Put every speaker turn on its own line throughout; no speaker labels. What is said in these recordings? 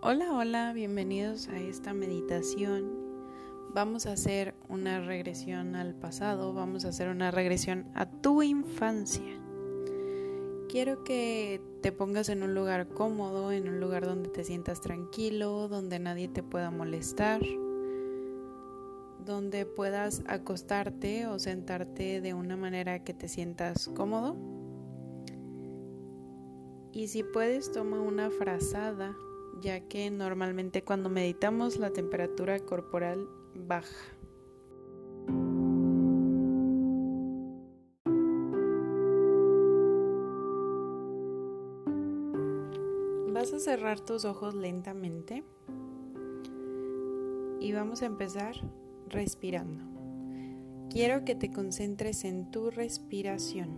Hola, hola, bienvenidos a esta meditación. Vamos a hacer una regresión al pasado, vamos a hacer una regresión a tu infancia. Quiero que te pongas en un lugar cómodo, en un lugar donde te sientas tranquilo, donde nadie te pueda molestar, donde puedas acostarte o sentarte de una manera que te sientas cómodo. Y si puedes, toma una frazada, ya que normalmente cuando meditamos la temperatura corporal baja. Vas a cerrar tus ojos lentamente y vamos a empezar respirando. Quiero que te concentres en tu respiración,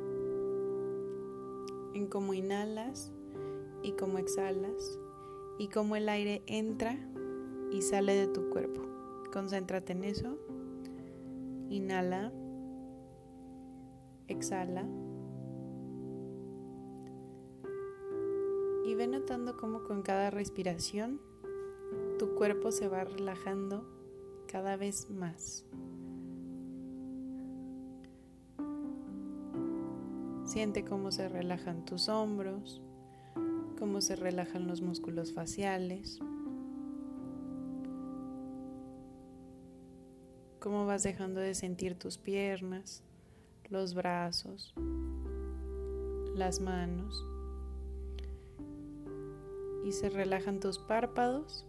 en cómo inhalas y cómo exhalas y cómo el aire entra y sale de tu cuerpo. Concéntrate en eso. Inhala, exhala y ve notando cómo con cada respiración tu cuerpo se va relajando cada vez más. Siente cómo se relajan tus hombros, cómo se relajan los músculos faciales, cómo vas dejando de sentir tus piernas, los brazos, las manos, y se relajan tus párpados,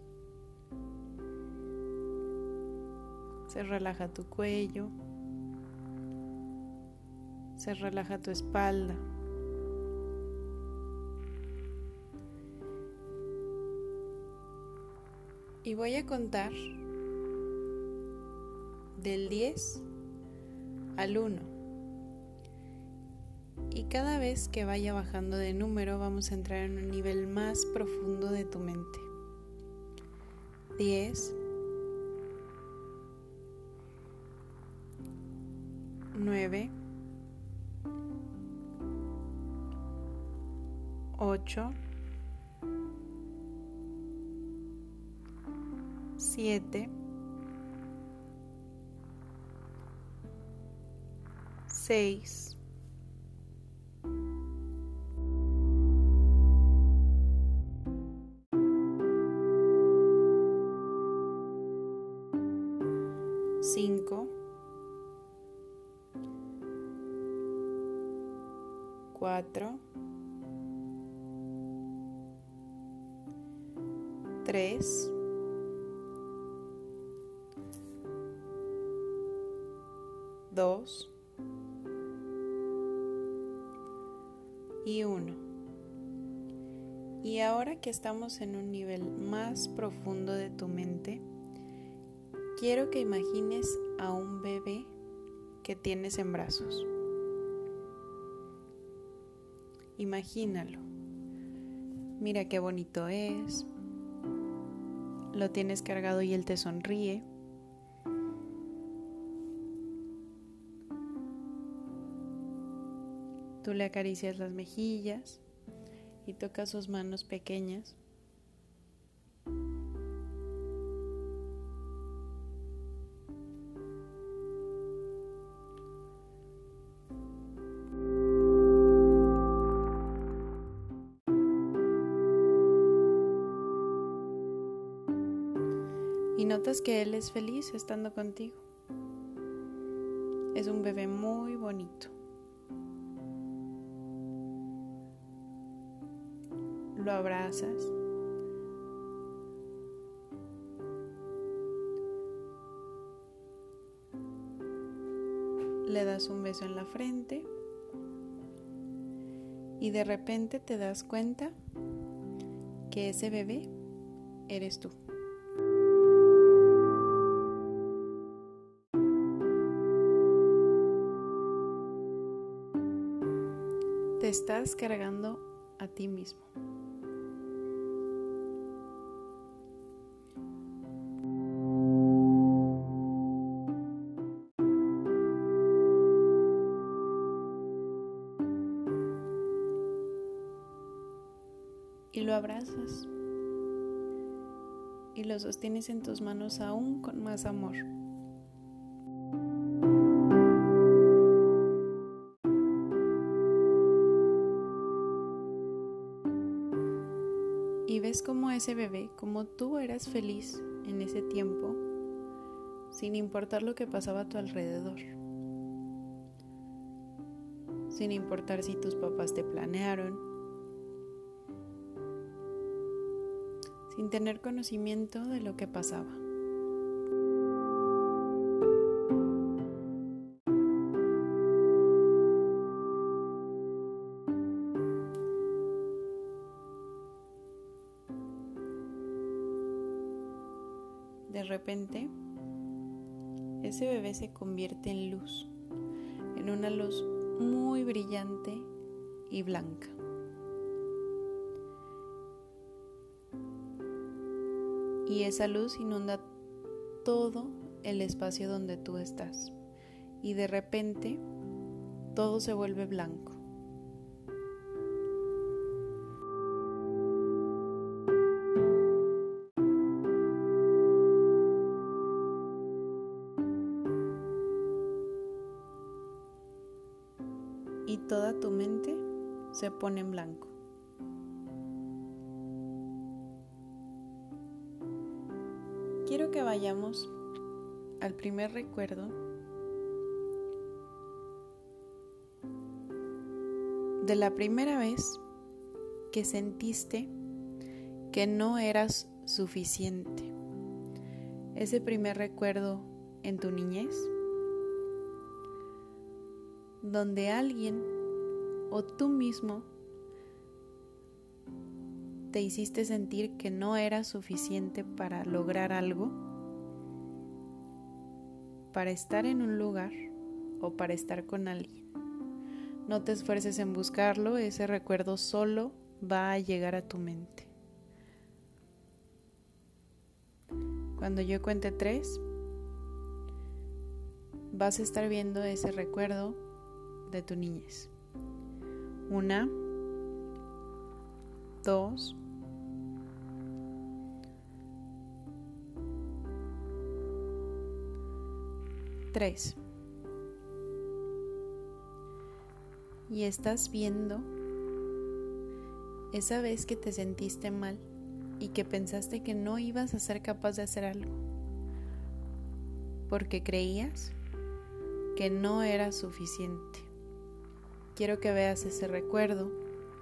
se relaja tu cuello, se relaja tu espalda. Y voy a contar del 10 al 1. Y cada vez que vaya bajando de número vamos a entrar en un nivel más profundo de tu mente. 10, 9, 8, 7, 6, 5, 4, 3, 2 y 1. Y ahora que estamos en un nivel más profundo de tu mente, quiero que imagines a un bebé que tienes en brazos. Imagínalo. Mira qué bonito es. Lo tienes cargado y él te sonríe. Tú le acaricias las mejillas y tocas sus manos pequeñas. Y notas que él es feliz estando contigo. Es un bebé muy bonito. Lo abrazas. Le das un beso en la frente. Y de repente te das cuenta que ese bebé eres tú. Te estás cargando a ti mismo. Y lo abrazas. y lo sostienes en tus manos aún con más amor. Y ves cómo ese bebé, como tú eras feliz en ese tiempo, sin importar lo que pasaba a tu alrededor. Sin importar si tus papás te planearon. Sin tener conocimiento de lo que pasaba. De repente, ese bebé se convierte en luz, en una luz muy brillante y blanca. Y esa luz inunda todo el espacio donde tú estás. Y de repente, todo se vuelve blanco. Y toda tu mente se pone en blanco. Quiero que vayamos al primer recuerdo de la primera vez que sentiste que no eras suficiente. Ese primer recuerdo en tu niñez, donde alguien o tú mismo te hiciste sentir que no eras suficiente para lograr algo, para estar en un lugar o para estar con alguien. No te esfuerces en buscarlo, ese recuerdo solo va a llegar a tu mente. Cuando yo cuente 3, vas a estar viendo ese recuerdo de tu niñez. 1, 2, 3. Y estás viendo esa vez que te sentiste mal y que pensaste que no ibas a ser capaz de hacer algo, porque creías que no era suficiente. Quiero que veas ese recuerdo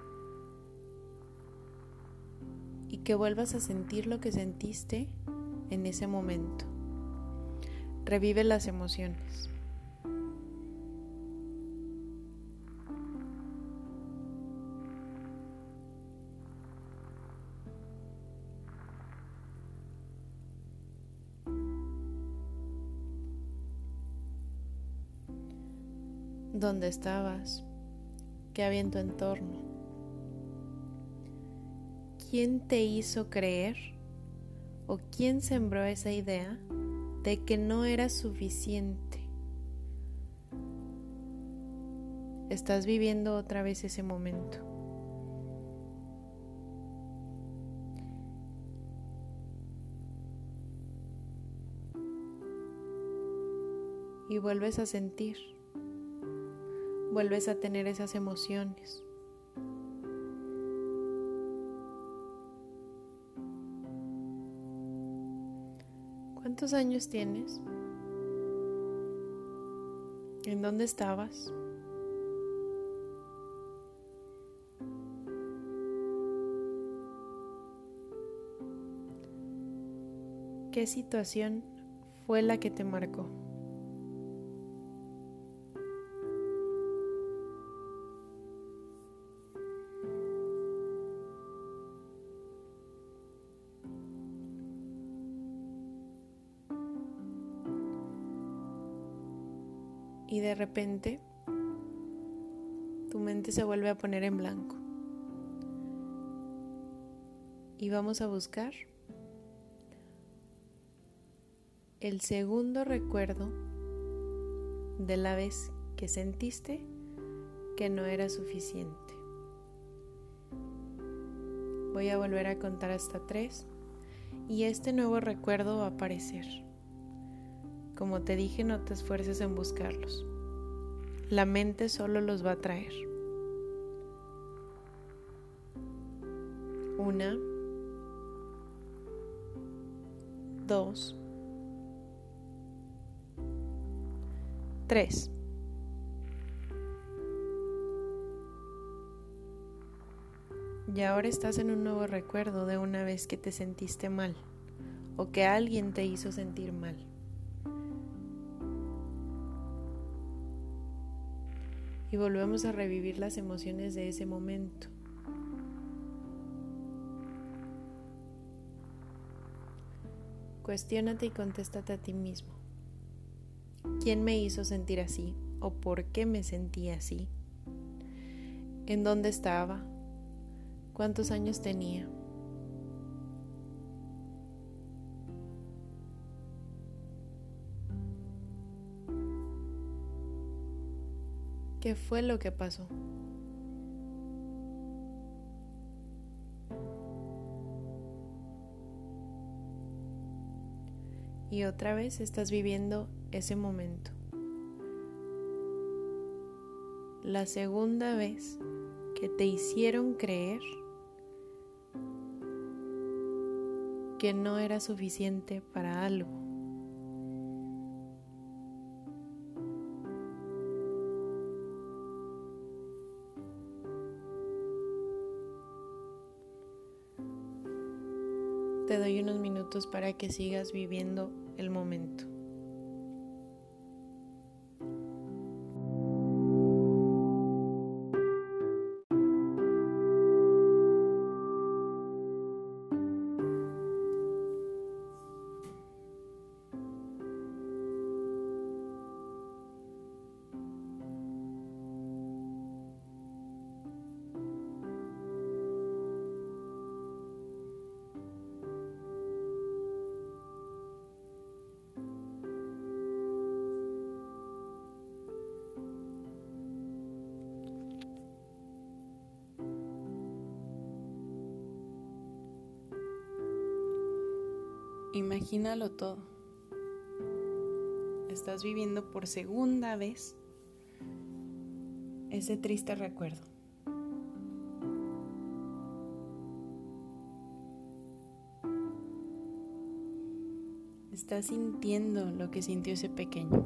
y que vuelvas a sentir lo que sentiste en ese momento. Revive las emociones. ¿Dónde estabas? ¿Qué había en tu entorno? ¿Quién te hizo creer o quién sembró esa idea de que no era suficiente? Estás viviendo otra vez ese momento. Y vuelves a sentir, vuelves a tener esas emociones. ¿Cuántos años tienes? ¿En dónde estabas? ¿Qué situación fue la que te marcó? Y de repente, tu mente se vuelve a poner en blanco. Y vamos a buscar el segundo recuerdo de la vez que sentiste que no era suficiente. Voy a volver a contar hasta 3 y este nuevo recuerdo va a aparecer. Como te dije, no te esfuerces en buscarlos. La mente solo los va a traer. 1, 2, 3. Y ahora estás en un nuevo recuerdo de una vez que te sentiste mal o que alguien te hizo sentir mal. Y volvemos a revivir las emociones de ese momento. Cuestiónate y contéstate a ti mismo. ¿Quién me hizo sentir así? ¿O por qué me sentí así? ¿En dónde estaba? ¿Cuántos años tenía? ¿Qué fue lo que pasó? Y otra vez estás viviendo ese momento. La segunda vez que te hicieron creer que no era suficiente para algo. Te doy unos minutos para que sigas viviendo el momento. Imagínalo todo. Estás viviendo por segunda vez ese triste recuerdo. Estás sintiendo lo que sintió ese pequeño.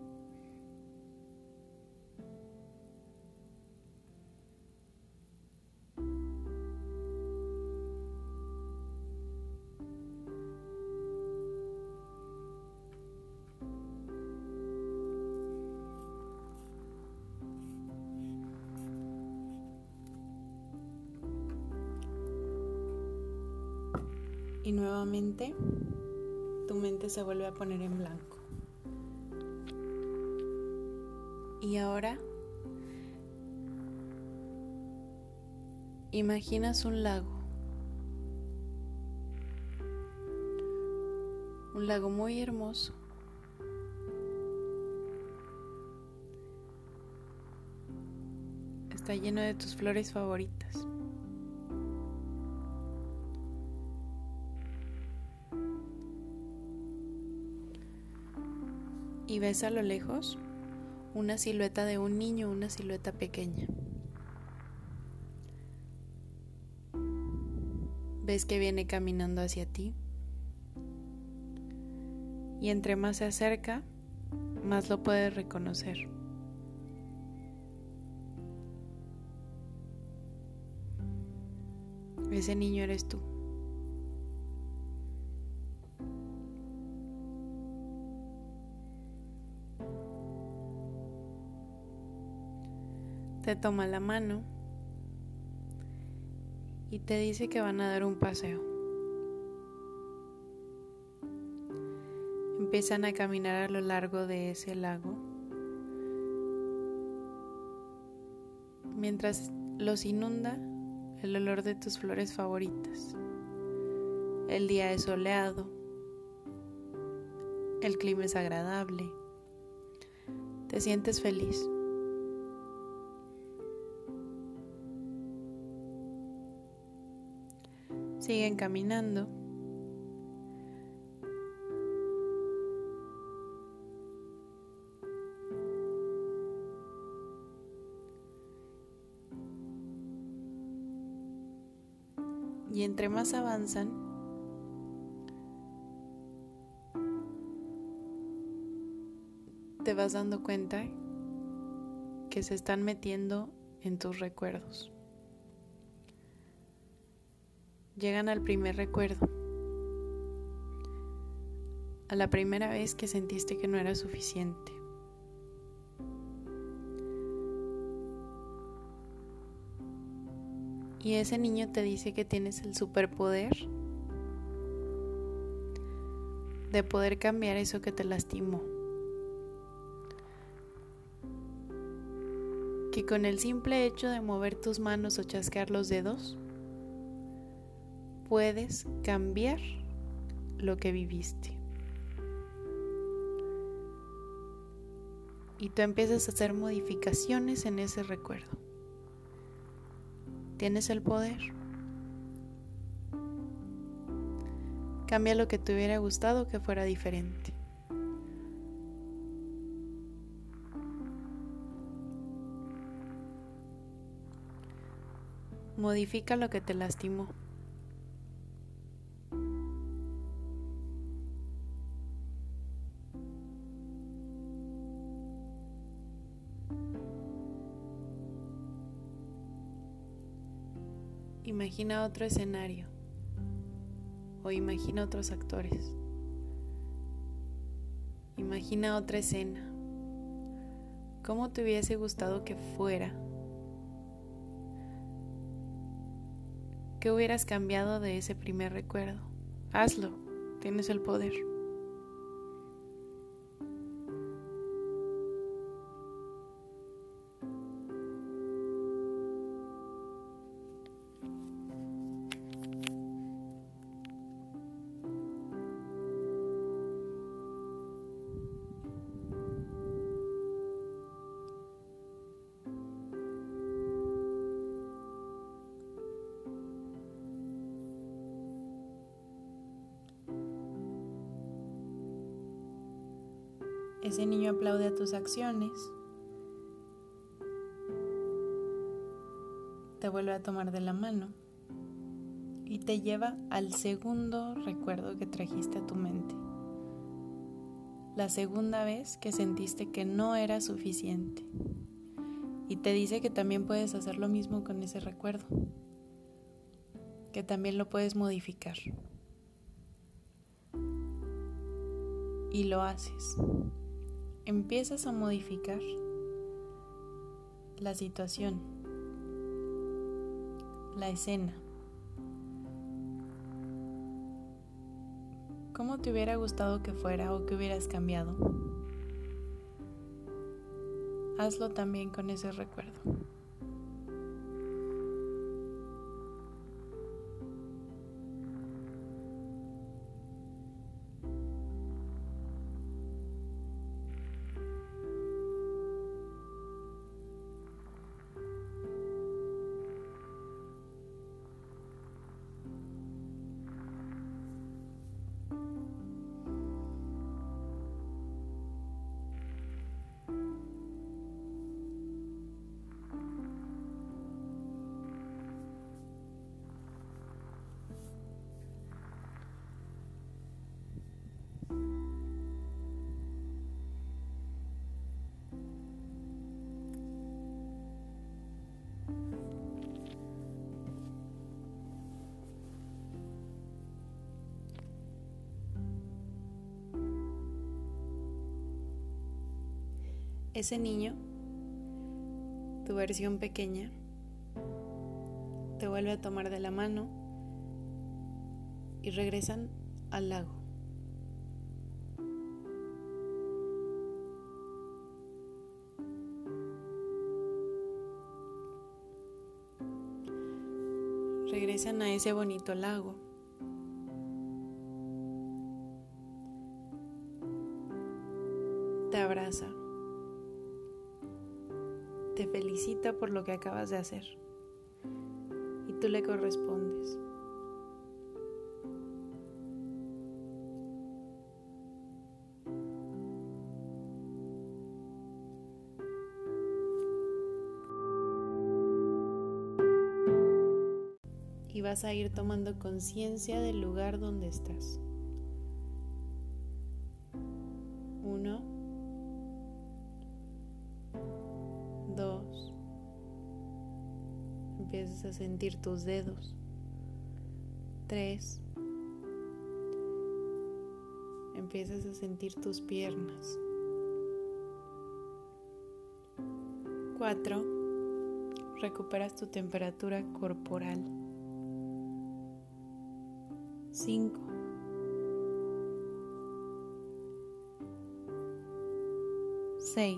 Y nuevamente tu mente se vuelve a poner en blanco. Y ahora imaginas un lago muy hermoso. Está lleno de tus flores favoritas. Y ves a lo lejos una silueta de un niño, una silueta pequeña. Ves que viene caminando hacia ti. Y entre más se acerca, más lo puedes reconocer. Ese niño eres tú. Te toma la mano y te dice que van a dar un paseo. Empiezan a caminar a lo largo de ese lago, mientras los inunda el olor de tus flores favoritas. El día es soleado, el clima es agradable, te sientes feliz. Siguen caminando Y entre más avanzan, te vas dando cuenta que se están metiendo en tus recuerdos. Llegan al primer recuerdo, a la primera vez que sentiste que no era suficiente. Y ese niño te dice que tienes el superpoder de poder cambiar eso que te lastimó. Que con el simple hecho de mover tus manos o chasquear los dedos, puedes cambiar lo que viviste. Y tú empiezas a hacer modificaciones en ese recuerdo. Tienes el poder. Cambia lo que te hubiera gustado que fuera diferente. Modifica lo que te lastimó. Imagina otro escenario o imagina otros actores. Imagina otra escena. ¿Cómo te hubiese gustado que fuera? ¿Qué hubieras cambiado de ese primer recuerdo? Hazlo, tienes el poder. Ese niño aplaude a tus acciones, te vuelve a tomar de la mano y te lleva al segundo recuerdo que trajiste a tu mente. La segunda vez que sentiste que no era suficiente. Y te dice que también puedes hacer lo mismo con ese recuerdo, que también lo puedes modificar. Y lo haces. Empiezas a modificar la situación, la escena. ¿Cómo te hubiera gustado que fuera o que hubieras cambiado? Hazlo también con ese recuerdo. Ese niño, tu versión pequeña, te vuelve a tomar de la mano y regresan al lago. Regresan a ese bonito lago. Te abraza. Te felicita por lo que acabas de hacer. Y tú le correspondes. Y vas a ir tomando conciencia del lugar donde estás. 1, 2, empiezas a sentir tus dedos. 3, empiezas a sentir tus piernas. 4, recuperas tu temperatura corporal. 5, 6,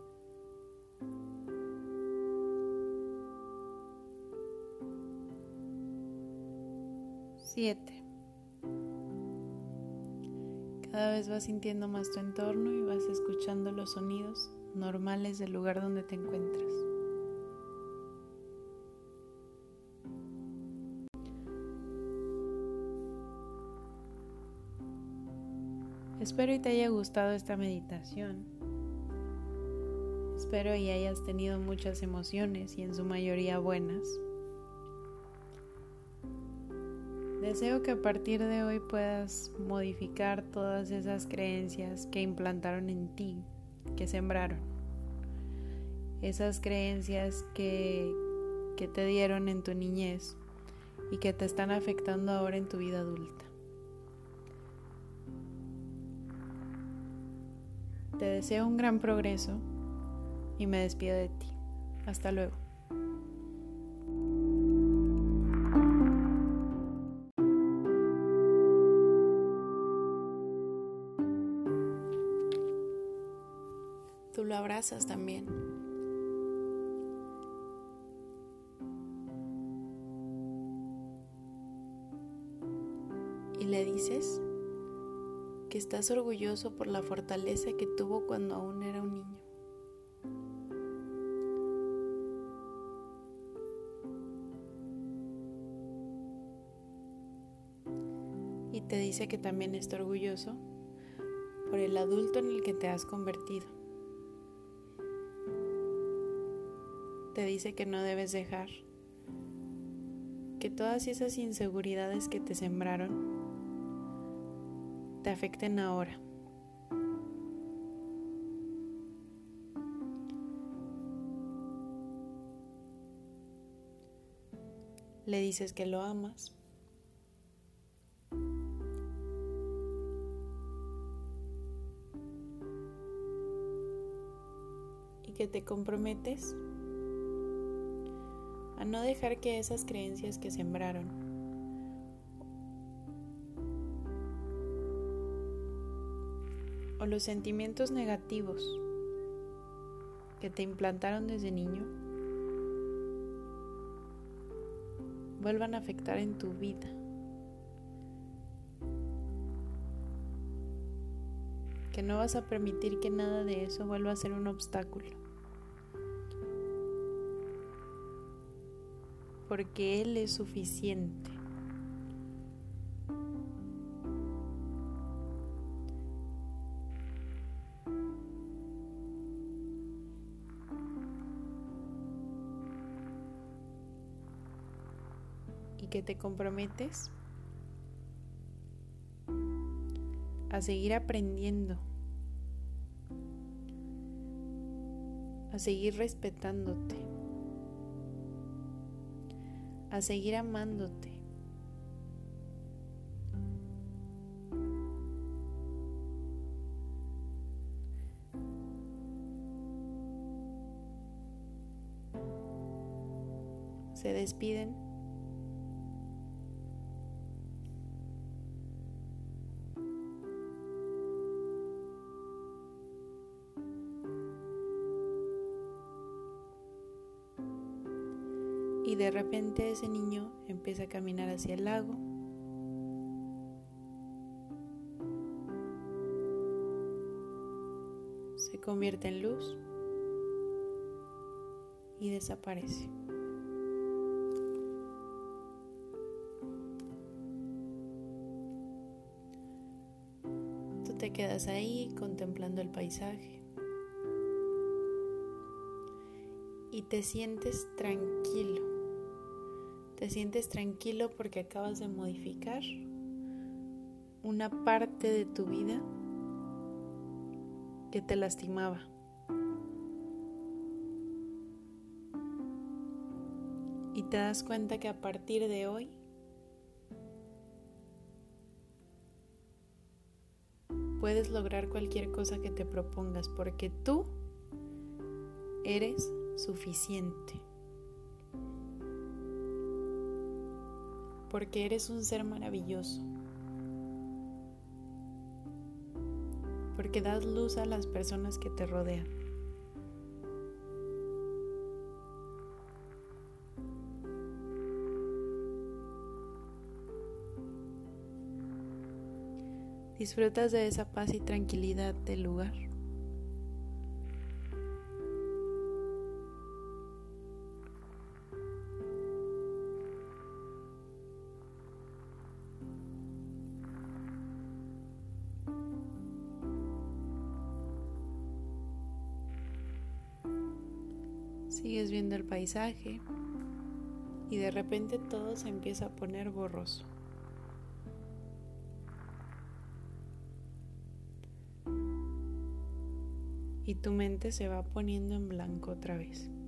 7. Cada vez vas sintiendo más tu entorno y vas escuchando los sonidos normales del lugar donde te encuentras. Espero y te haya gustado esta meditación. Espero y hayas tenido muchas emociones y en su mayoría buenas. Deseo que a partir de hoy puedas modificar todas esas creencias que implantaron en ti, que sembraron. Esas creencias que te dieron en tu niñez y que te están afectando ahora en tu vida adulta. Te deseo un gran progreso y me despido de ti. Hasta luego. Tú lo abrazas también. Y le dices que estás orgulloso por la fortaleza que tuvo cuando aún era un niño. Y te dice que también está orgulloso por el adulto en el que te has convertido. Te dice que no debes dejar que todas esas inseguridades que te sembraron te afecten ahora. Le dices que lo amas. Y que te comprometes a no dejar que esas creencias que sembraron o los sentimientos negativos que te implantaron desde niño vuelvan a afectar en tu vida. Que no vas a permitir que nada de eso vuelva a ser un obstáculo. Porque Él es suficiente. Y que te comprometes a seguir aprendiendo, a seguir respetándote, a seguir amándote. Se despiden. Y de repente ese niño empieza a caminar hacia el lago. Se convierte en luz y desaparece. Tú te quedas ahí contemplando el paisaje y te sientes tranquilo. Te sientes tranquilo porque acabas de modificar una parte de tu vida que te lastimaba. Y te das cuenta que a partir de hoy puedes lograr cualquier cosa que te propongas porque tú eres suficiente. Porque eres un ser maravilloso. Porque das luz a las personas que te rodean. Disfrutas de esa paz y tranquilidad del lugar. Sigues viendo el paisaje y de repente todo se empieza a poner borroso. Y tu mente se va poniendo en blanco otra vez.